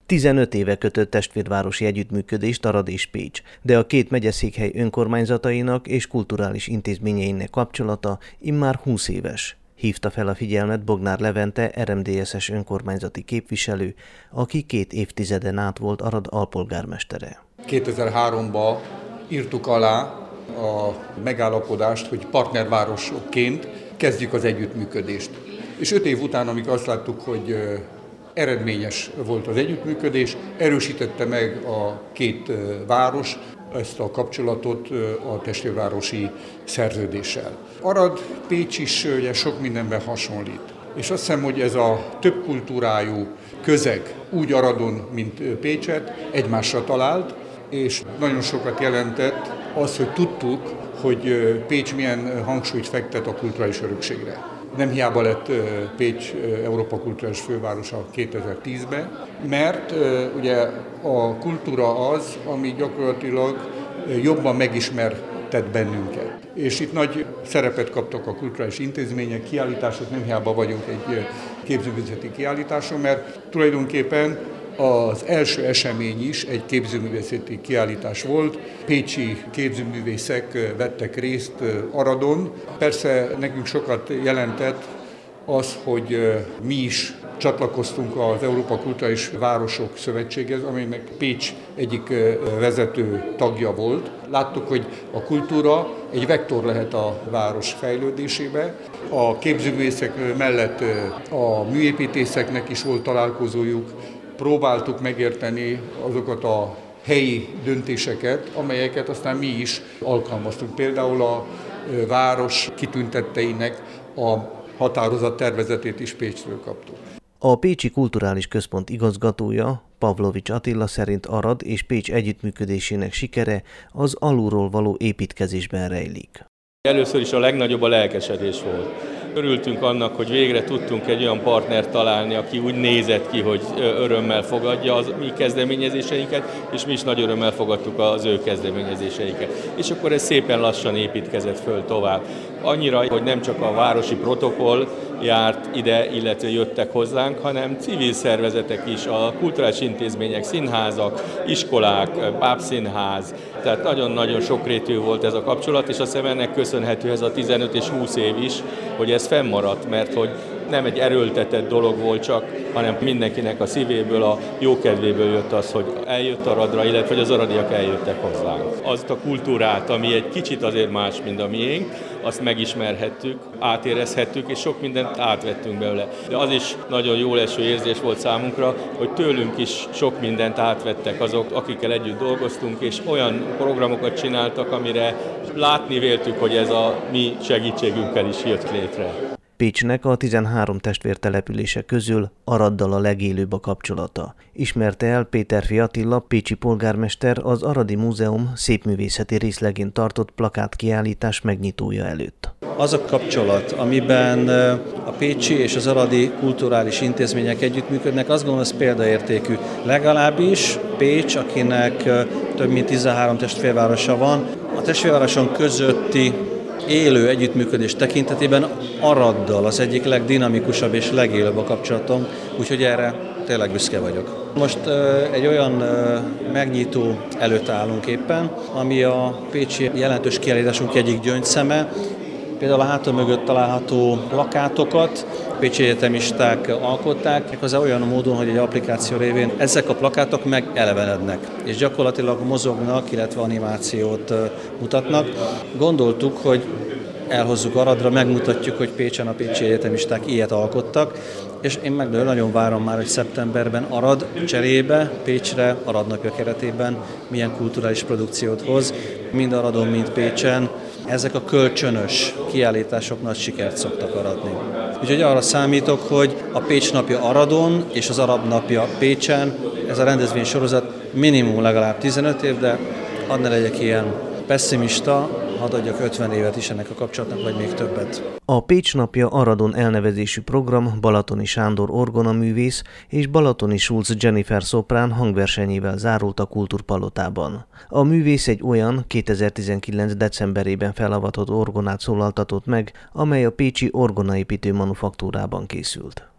15 éve kötött testvérvárosi együttműködést Arad és Pécs, de a két megyeszékhely önkormányzatainak és kulturális intézményeinek kapcsolata immár 20 éves. Hívta fel a figyelmet Bognár Levente, RMDSZ-es önkormányzati képviselő, aki 2 évtizeden át volt Arad alpolgármestere. 2003-ban írtuk alá a megállapodást, hogy partnervárosokként kezdjük az együttműködést. És 5 év után, amikor azt láttuk, hogy eredményes volt az együttműködés, erősítette meg a két város ezt a kapcsolatot a testvérvárosi szerződéssel. Arad, Pécs is ugye sok mindenben hasonlít. És azt hiszem, hogy ez a több kultúrájú közeg úgy Aradon, mint Pécset egymásra talált, és nagyon sokat jelentett az, hogy tudtuk, hogy Pécs milyen hangsúlyt fektet a kulturális örökségre. Nem hiába lett Pécs Európa kulturális fővárosa 2010-ben, mert ugye a kultúra az, ami gyakorlatilag jobban megismertet bennünket. És itt nagy szerepet kaptak a kulturális intézmények, kiállítások, nem hiába vagyunk egy képzőművészeti kiállításon, mert tulajdonképpen az első esemény is egy képzőművészeti kiállítás volt. Pécsi képzőművészek vettek részt Aradon. Persze nekünk sokat jelentett az, hogy mi is csatlakoztunk az Európa Kulturális Városok Szövetséghez, amelynek Pécs egyik vezető tagja volt. Láttuk, hogy a kultúra egy vektor lehet a város fejlődésébe. A képzőművészek mellett a műépítészeknek is volt találkozójuk. Próbáltuk megérteni azokat a helyi döntéseket, amelyeket aztán mi is alkalmaztunk. Például a város kitüntetteinek a határozat tervezetét is Pécsről kaptuk. A Pécsi Kulturális Központ igazgatója, Pavlovics Attila szerint Arad és Pécs együttműködésének sikere az alulról való építkezésben rejlik. Először is a legnagyobb a lelkesedés volt. Örültünk annak, hogy végre tudtunk egy olyan partnert találni, aki úgy nézett ki, hogy örömmel fogadja az mi kezdeményezéseinket, és mi is nagy örömmel fogadtuk az ő kezdeményezéseiket. És akkor ez szépen lassan építkezett föl tovább. Annyira, hogy nem csak a városi protokoll járt ide, illetve jöttek hozzánk, hanem civil szervezetek is, a kulturális intézmények, színházak, iskolák, bábszínház. Tehát nagyon-nagyon sokrétű volt ez a kapcsolat, és azt hiszem ennek köszönhető ez a 15 és 20 év is, hogy ez fennmaradt, mert hogy nem egy erőltetett dolog volt csak, hanem mindenkinek a szívéből, a jókedvéből jött az, hogy eljött Aradra, illetve hogy az aradiak eljöttek hozzánk. Azt a kultúrát, ami egy kicsit azért más, mint a miénk, azt megismerhettük, átérezhettük, és sok mindent átvettünk belőle. De az is nagyon jó leső érzés volt számunkra, hogy tőlünk is sok mindent átvettek azok, akikkel együtt dolgoztunk, és olyan programokat csináltak, amire látni véltük, hogy ez a mi segítségünkkel is jött létre. Pécsnek a 13 testvértelepülése közül Araddal a legélőbb a kapcsolata. Ismerte el Péterfi Attila, pécsi polgármester az Aradi Múzeum szépművészeti részlegén tartott plakátkiállítás megnyitója előtt. Az a kapcsolat, amiben a pécsi és az aradi kulturális intézmények együttműködnek, azt gondolom, ez példaértékű. Legalábbis Pécs, akinek több mint 13 testvérvárosa van, a testvérvároson közötti élő együttműködés tekintetében Araddal az egyik legdinamikusabb és legélőbb a kapcsolatom, úgyhogy erre tényleg büszke vagyok. Most egy olyan megnyitó előtt állunk éppen, ami a pécsi jelentős kiállításunk egyik gyöngyszeme. Például a hátam mögött található plakátokat pécsi egyetemisták alkották, hozzá olyan módon, hogy egy applikáció révén ezek a plakátok megelevenednek, és gyakorlatilag mozognak, illetve animációt mutatnak. Gondoltuk, hogy elhozzuk Aradra, megmutatjuk, hogy Pécsen a pécsi egyetemisták ilyet alkottak, és én meg nagyon várom már, hogy szeptemberben Arad cserébe, Pécsre, Arad napja keretében milyen kulturális produkciót hoz, mind Aradon, mind Pécsen. Ezek a kölcsönös kiállítások nagy sikert szoktak aratni. Úgyhogy arra számítok, hogy a Pécs napja Aradon és az Arad napja Pécsen, ez a rendezvénysorozat minimum legalább 15 év, de hadd ne legyek ilyen pessimista, hadd adjak 50 évet is ennek a kapcsolatnak, vagy még többet. A Pécs napja Aradon elnevezésű program Balatoni Sándor orgonaművész és Balatoni Schulz Jennifer szoprán hangversenyével zárult a Kultúrpalotában. A művész egy olyan 2019. decemberében felavatott orgonát szólaltatott meg, amely a pécsi orgonaépítő manufaktúrában készült.